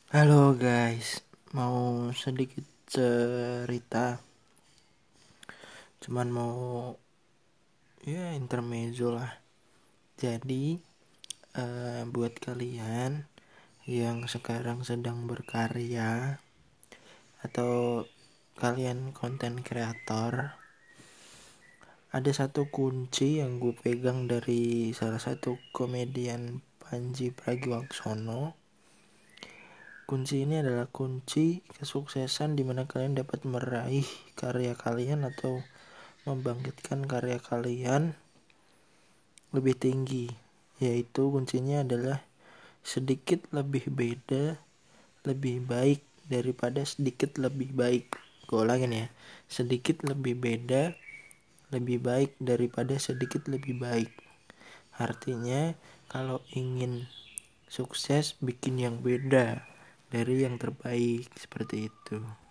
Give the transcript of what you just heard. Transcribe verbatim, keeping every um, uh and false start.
Halo guys, mau sedikit cerita, cuman mau ya intermezzo lah. Jadi eh, buat kalian yang sekarang sedang berkarya atau kalian konten kreator, ada satu kunci yang gue pegang dari salah satu komedian Panji Pragiwaksono. Kunci ini adalah kunci kesuksesan di mana kalian dapat meraih karya kalian atau membangkitkan karya kalian lebih tinggi, yaitu kuncinya adalah sedikit lebih beda, lebih baik daripada sedikit lebih baik. Gue ulangin ya, sedikit lebih beda, lebih baik daripada sedikit lebih baik. Artinya kalau ingin sukses, bikin yang beda dari yang terbaik, seperti itu.